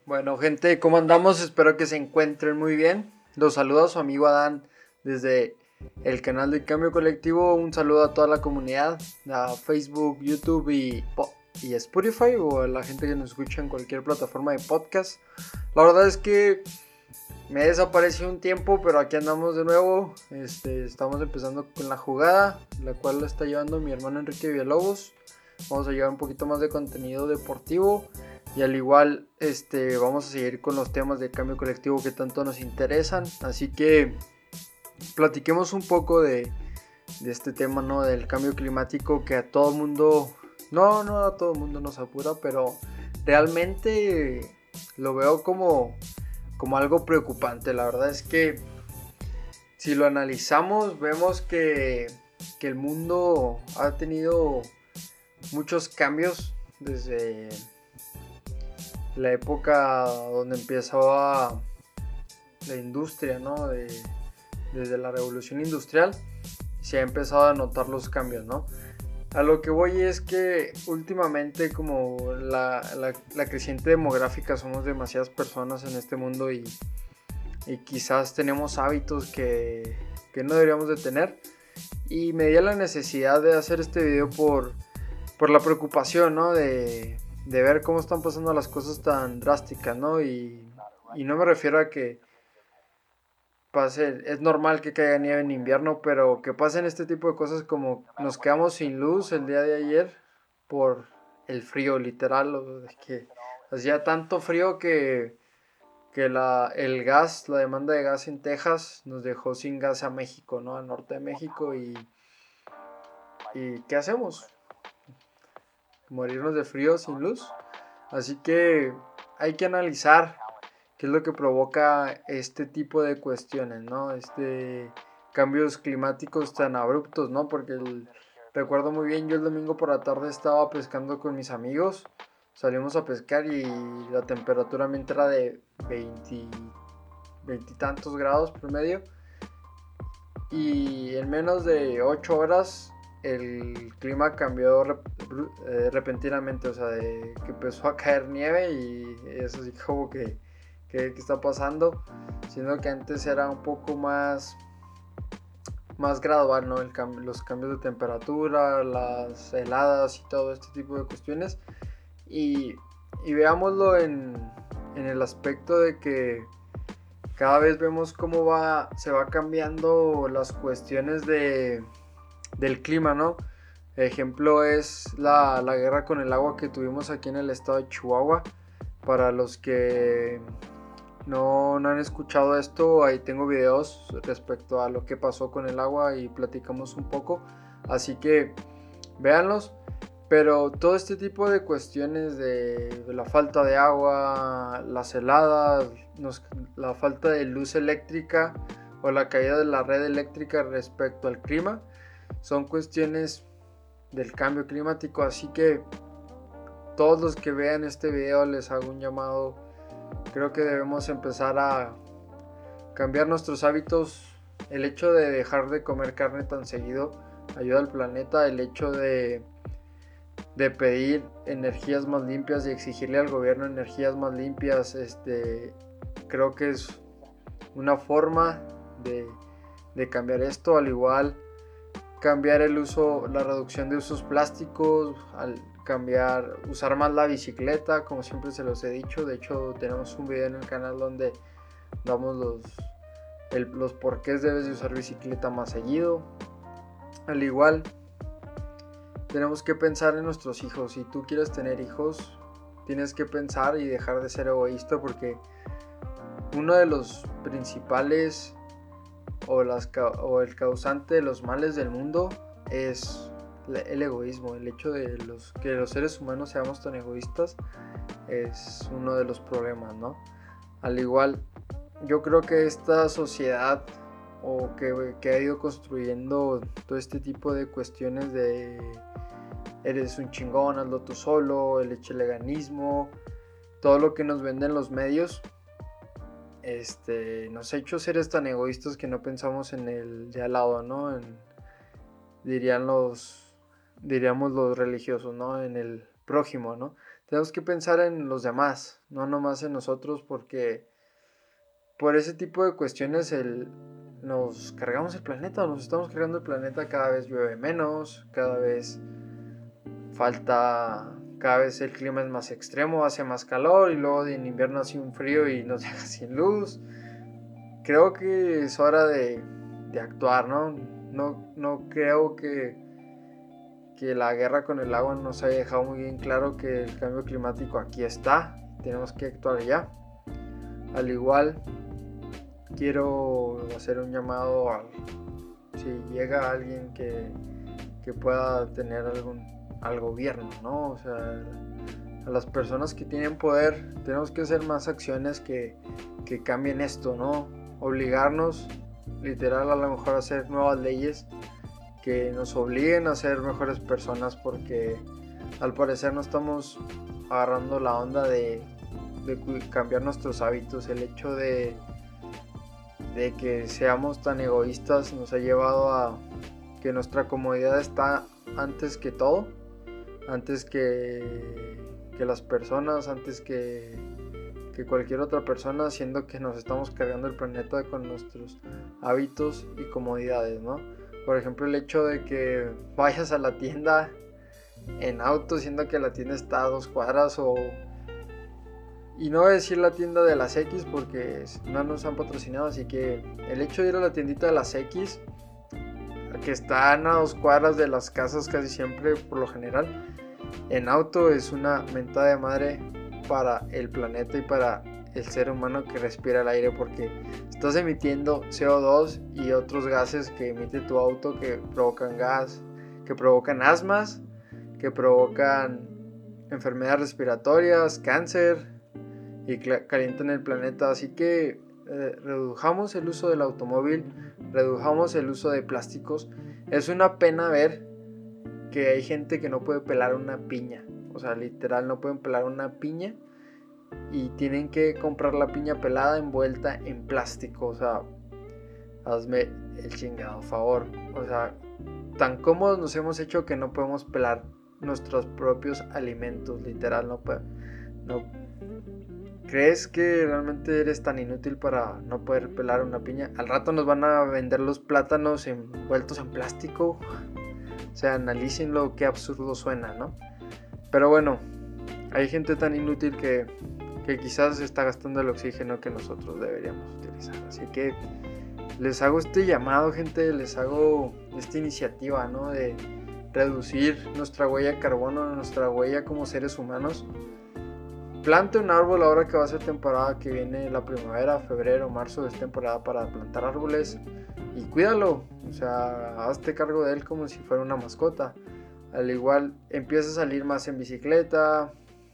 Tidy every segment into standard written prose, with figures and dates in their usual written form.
Bueno, gente, ¿cómo andamos? Espero que se encuentren muy bien. Los saluda su amigo Adán desde el canal de Cambio Colectivo. Un saludo a toda la comunidad, a Facebook, YouTube y Spotify, o a la gente que nos escucha en cualquier plataforma de podcast. La verdad es que me desapareció un tiempo, pero aquí andamos de nuevo. Estamos empezando con la jugada, la cual la está llevando mi hermano Enrique Villalobos. Vamos a llevar un poquito más de contenido deportivo. Y al igual, vamos a seguir con los temas de cambio colectivo que tanto nos interesan. Así que platiquemos un poco de este tema, ¿no? Del cambio climático que a todo mundo, no a todo mundo nos apura, pero realmente lo veo como algo preocupante. La verdad es que si lo analizamos, vemos que el mundo ha tenido muchos cambios desde la época donde empezaba la industria, ¿no? Desde la revolución industrial se ha empezado a notar los cambios, ¿no? A lo que voy es que últimamente, como la creciente demográfica, somos demasiadas personas en este mundo y quizás tenemos hábitos que no deberíamos de tener, y me dio la necesidad de hacer este video por la preocupación, ¿no? De ver cómo están pasando las cosas tan drásticas, ¿no? Y no me refiero a que pase, es normal que caiga nieve en invierno, pero que pasen este tipo de cosas como nos quedamos sin luz el día de ayer por el frío, literal, o de que hacía tanto frío que el gas, la demanda de gas en Texas nos dejó sin gas a México, ¿no? Al norte de México, y ¿qué hacemos? Morirnos de frío sin luz. Así que hay que analizar qué es lo que provoca este tipo de cuestiones, ¿no? Cambios climáticos tan abruptos, ¿no? Porque recuerdo muy bien, yo el domingo por la tarde estaba pescando con mis amigos. Salimos a pescar y la temperatura ambiente era de 20 y tantos grados promedio. Y en menos de 8 horas el clima cambió repentinamente, o sea, de que empezó a caer nieve, y eso sí como que está pasando, siendo que antes era un poco más gradual, ¿no? Los cambios de temperatura, las heladas y todo este tipo de cuestiones. Y veámoslo en el aspecto de que cada vez vemos cómo se va cambiando las cuestiones del clima, ¿no? Ejemplo es la guerra con el agua que tuvimos aquí en el estado de Chihuahua. Para los que no han escuchado esto, ahí tengo videos respecto a lo que pasó con el agua y platicamos un poco. Así que véanlos. Pero todo este tipo de cuestiones de la falta de agua, las heladas, la falta de luz eléctrica o la caída de la red eléctrica respecto al clima, son cuestiones del cambio climático. Así que todos los que vean este video, les hago un llamado. Creo que debemos empezar a cambiar nuestros hábitos. El hecho de dejar de comer carne tan seguido ayuda al planeta. El hecho de pedir energías más limpias y exigirle al gobierno energías más limpias, creo que es una forma de cambiar esto. Al igual, cambiar la reducción de usos plásticos, al usar más la bicicleta, como siempre se los he dicho. De hecho, tenemos un video en el canal donde damos los porqués debes de usar bicicleta más seguido. Al igual, tenemos que pensar en nuestros hijos. Si tú quieres tener hijos, tienes que pensar y dejar de ser egoísta, porque uno de los principales o el causante de los males del mundo es el egoísmo. El hecho de que los seres humanos seamos tan egoístas es uno de los problemas, ¿no? Al igual, yo creo que esta sociedad, o que ha ido construyendo todo este tipo de cuestiones de eres un chingón, hazlo tú solo, el echeleganismo, todo lo que nos venden los medios, nos ha hecho seres tan egoístas que no pensamos en el de al lado, ¿no? Diríamos los religiosos, ¿no? En el prójimo, ¿no? tenemos que pensar en los demás, no nomás en nosotros, porque por ese tipo de cuestiones nos cargamos el planeta, nos estamos cargando el planeta. Cada vez llueve menos, cada vez el clima es más extremo, hace más calor y luego en invierno hace un frío y nos deja sin luz. Creo que es hora de actuar, ¿no? No creo que la guerra con el agua nos haya dejado muy bien claro que el cambio climático aquí está, tenemos que actuar ya. Al igual, quiero hacer un llamado si llega alguien que pueda tener al gobierno, ¿no? O sea, a las personas que tienen poder, tenemos que hacer más acciones que cambien esto, ¿no? Obligarnos, literal, a lo mejor a hacer nuevas leyes que nos obliguen a ser mejores personas, porque al parecer no estamos agarrando la onda de cambiar nuestros hábitos. El hecho de que seamos tan egoístas nos ha llevado a que nuestra comodidad está antes que todo, antes que las personas, antes que cualquier otra persona, haciendo que nos estamos cargando el planeta con nuestros hábitos y comodidades, ¿no? Por ejemplo, el hecho de que vayas a la tienda en auto, siendo que la tienda está a 2 cuadras, y no voy a decir la tienda de las X porque no nos han patrocinado, así que el hecho de ir a la tiendita de las X, que están a 2 cuadras de las casas casi siempre, por lo general, en auto, es una mentada de madre para el planeta y para el ser humano que respira el aire, porque estás emitiendo CO2 y otros gases que emite tu auto, que provocan asmas, que provocan enfermedades respiratorias, cáncer, y calientan el planeta. Así que redujamos el uso del automóvil, redujamos el uso de plásticos. Es una pena ver que hay gente que no puede pelar una piña, o sea, literal no pueden pelar una piña y tienen que comprar la piña pelada envuelta en plástico. O sea, hazme el chingado favor. O sea, tan cómodos nos hemos hecho que no podemos pelar nuestros propios alimentos, literal, no. ¿Crees que realmente eres tan inútil para no poder pelar una piña? Al rato nos van a vender los plátanos envueltos en plástico. O sea, analícenlo, qué absurdo suena, ¿no? Pero bueno, hay gente tan inútil que quizás está gastando el oxígeno que nosotros deberíamos utilizar. Así que les hago este llamado, gente, les hago esta iniciativa, ¿no? De reducir nuestra huella de carbono, nuestra huella como seres humanos. Plante un árbol ahora que va a ser temporada, que viene la primavera, febrero, marzo, es temporada para plantar árboles, y cuídalo, o sea, hazte cargo de él como si fuera una mascota. Al igual, empieza a salir más en bicicleta,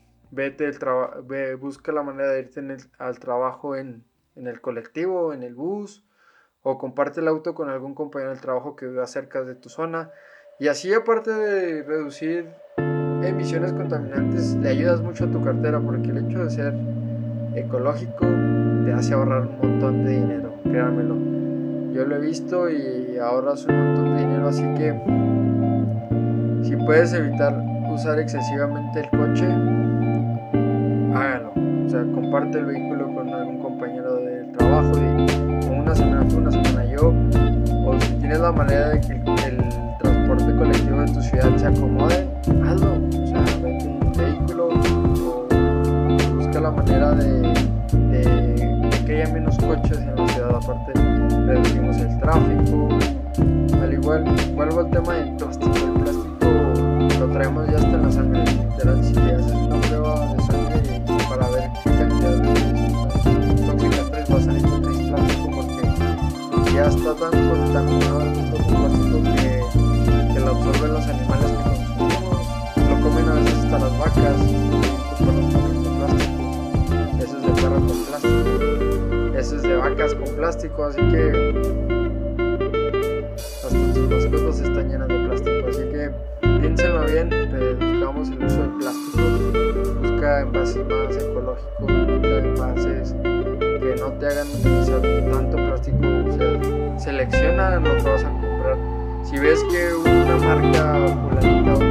busca la manera de irte al trabajo en el colectivo, en el bus, o comparte el auto con algún compañero del trabajo que viva cerca de tu zona. Y así, aparte de reducir emisiones contaminantes, le ayudas mucho a tu cartera, porque el hecho de ser ecológico te hace ahorrar un montón de dinero, créanmelo. Yo lo he visto y ahorras un montón de dinero, así que si puedes evitar usar excesivamente el coche, hágalo. O sea, comparte el vehículo con algún compañero del trabajo, con una semana tú, una semana yo, o si tienes la manera de que el transporte colectivo de tu ciudad se acomode, hazlo. O sea, vete en un vehículo o busca la manera de que haya menos coches en la ciudad. Aparte, reducimos el tráfico. Al igual, vuelvo al tema del plástico. El plástico lo traemos ya hasta en la sangre, literal. Si te haces una prueba de sangre para ver qué cantidad de tóxicas traes, va a salir que traes plástico, porque ya está tan contaminado el mundo con plástico que lo absorben los animales que consumimos. Lo comen a veces hasta las vacas, por los comen con plástico. Eso es de perro con plástico, eso es de vacas con plástico, así que hasta tus mascotas están llenas de plástico. Así que piénsenlo bien, reduzcamos el uso de plástico, busca envases más ecológicos, busca envases que no te hagan utilizar tanto plástico. O sea, selecciona lo que vas a comprar. Si ves que una marca fulanita utiliza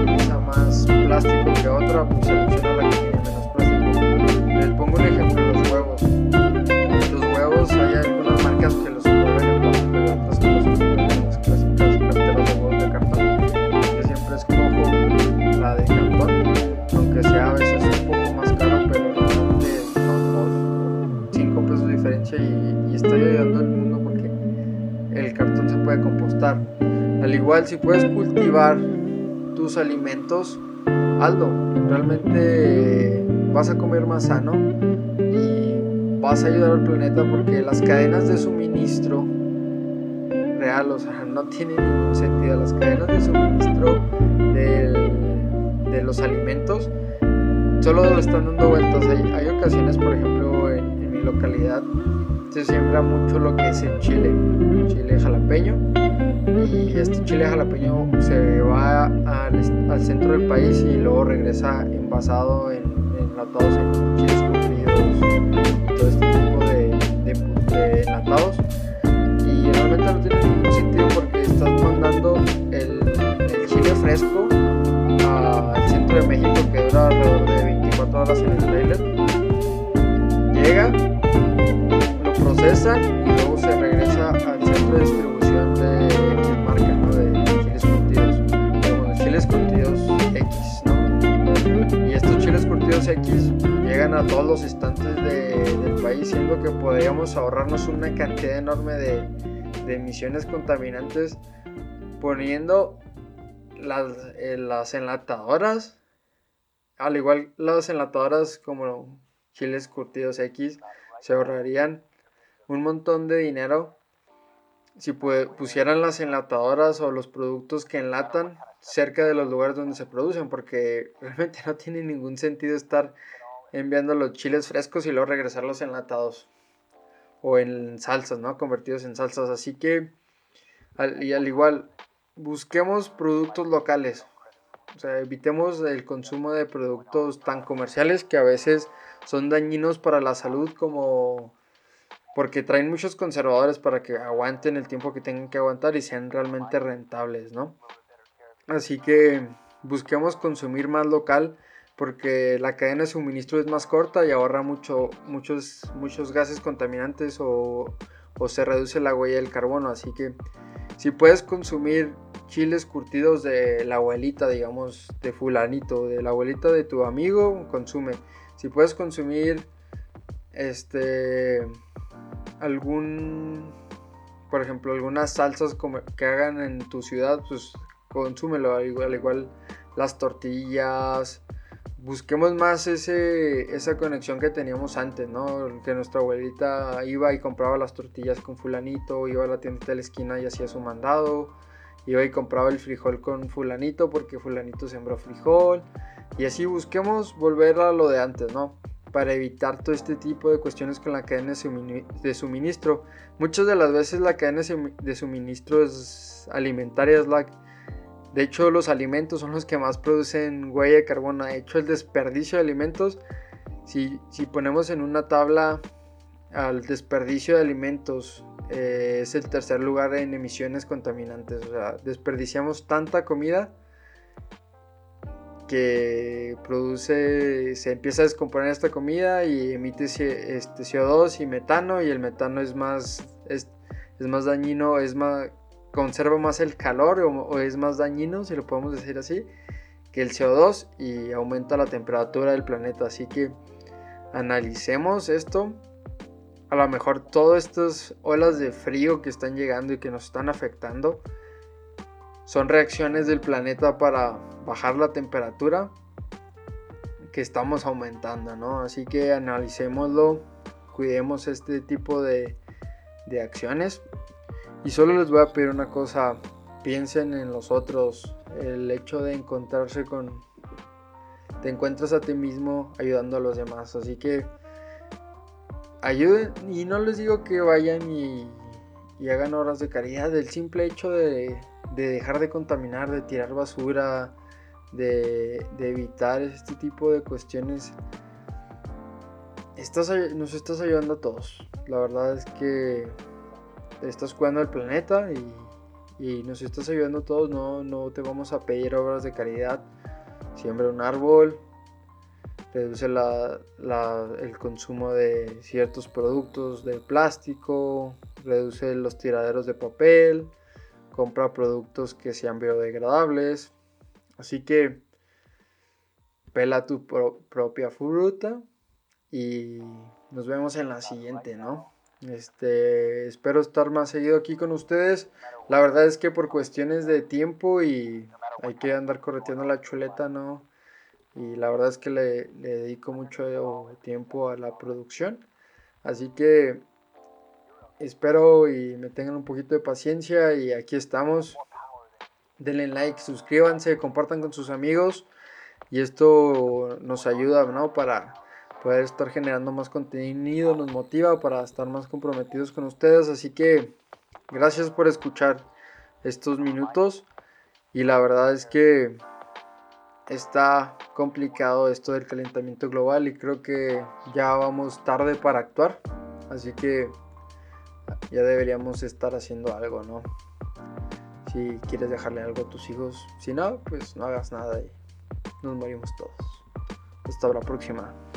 más plástico que otra, pues selecciona la que tiene menos plástico. Les pongo un ejemplo, los huevos. Los huevos, hay algunas marcas que los envuelven en plástico y otras que los envuelven en las clásicas carteras de huevos de cartón. Yo siempre escojo la de cartón, aunque sea a veces un poco más caro, pero realmente son 5 pesos de diferencia y estoy ayudando al mundo porque el cartón se puede compostar. Al igual, si puedes cultivar tus alimentos, hazlo. Realmente vas a comer más sano y vas a ayudar al planeta porque las cadenas de suministro real, o sea, no tienen ningún sentido. Las cadenas de suministro de los alimentos solo están dando vueltas. Hay ocasiones, por ejemplo, en mi localidad se siembra mucho lo que es el chile jalapeño, y este chile jalapeño se va al centro del país y luego regresa envasado en enlatados en chiles curtidos y todo este tipo de enlatados, y realmente no tiene ningún sentido porque estás mandando el chile fresco al centro de México, que dura alrededor de 24 horas en el trailer. Llega, lo procesan y luego se regresa al centro de distribución de marca, ¿no? De chiles curtidos, como los chiles curtidos X, ¿no? Y estos chiles curtidos X llegan a todos los estantes del país, siendo que podríamos ahorrarnos una cantidad enorme de emisiones contaminantes poniendo las enlatadoras, al igual las enlatadoras como chiles curtidos X, se ahorrarían un montón de dinero si pusieran las enlatadoras o los productos que enlatan cerca de los lugares donde se producen, porque realmente no tiene ningún sentido estar enviando los chiles frescos y luego regresarlos enlatados o en salsas, ¿no? Convertidos en salsas. Así que al igual, busquemos productos locales. O sea, evitemos el consumo de productos tan comerciales que a veces son dañinos para la salud, como porque traen muchos conservadores para que aguanten el tiempo que tengan que aguantar y sean realmente rentables, ¿no? Así que busquemos consumir más local porque la cadena de suministro es más corta y ahorra muchos gases contaminantes o se reduce la huella del carbono. Así que si puedes consumir chiles curtidos de la abuelita, digamos, de fulanito, de la abuelita de tu amigo, consume. Si puedes consumir por ejemplo, algunas salsas que hagan en tu ciudad, pues consúmelo. Al igual las tortillas. Busquemos más esa conexión que teníamos antes, ¿no? Que nuestra abuelita iba y compraba las tortillas con fulanito, iba a la tienda de la esquina y hacía su mandado, iba y compraba el frijol con fulanito porque fulanito sembró frijol, y así busquemos volver a lo de antes, ¿no? Para evitar todo este tipo de cuestiones con la cadena de suministro. Muchas de las veces la cadena de suministro alimentaria es de hecho, los alimentos son los que más producen huella de carbono. De hecho, el desperdicio de alimentos, si ponemos en una tabla al desperdicio de alimentos, es el tercer lugar en emisiones contaminantes. O sea, desperdiciamos tanta comida que se empieza a descomponer esta comida y emite CO2 y metano, y el metano es más dañino, conserva más el calor o es más dañino, si lo podemos decir así, que el CO2, y aumenta la temperatura del planeta. Así que analicemos esto. A lo mejor todas estas olas de frío que están llegando y que nos están afectando son reacciones del planeta para bajar la temperatura que estamos aumentando, ¿no? Así que analicémoslo, cuidemos este tipo de acciones. Y solo les voy a pedir una cosa: piensen en los otros. El hecho de te encuentras a ti mismo ayudando a los demás. Así que ayuden, y no les digo que vayan y hagan obras de caridad. El simple hecho de dejar de contaminar, de tirar basura, de evitar este tipo de cuestiones, nos estás ayudando a todos. La verdad es que estás cuidando el planeta y nos estás ayudando a todos. No te vamos a pedir obras de caridad, siembra un árbol, reduce el consumo de ciertos productos de plástico, reduce los tiraderos de papel, compra productos que sean biodegradables. Así que pela tu propia fruta y nos vemos en la siguiente, ¿no? Espero estar más seguido aquí con ustedes. La verdad es que por cuestiones de tiempo y hay que andar correteando la chuleta, ¿no? Y la verdad es que le dedico mucho tiempo a la producción. Así que espero y me tengan un poquito de paciencia y aquí estamos. Denle like, suscríbanse, compartan con sus amigos y esto nos ayuda, ¿no? Para poder estar generando más contenido, nos motiva para estar más comprometidos con ustedes. Así que gracias por escuchar estos minutos y la verdad es que está complicado esto del calentamiento global y creo que ya vamos tarde para actuar, así que ya deberíamos estar haciendo algo, ¿no? Si quieres dejarle algo a tus hijos, si no, pues no hagas nada y nos morimos todos. Hasta la próxima.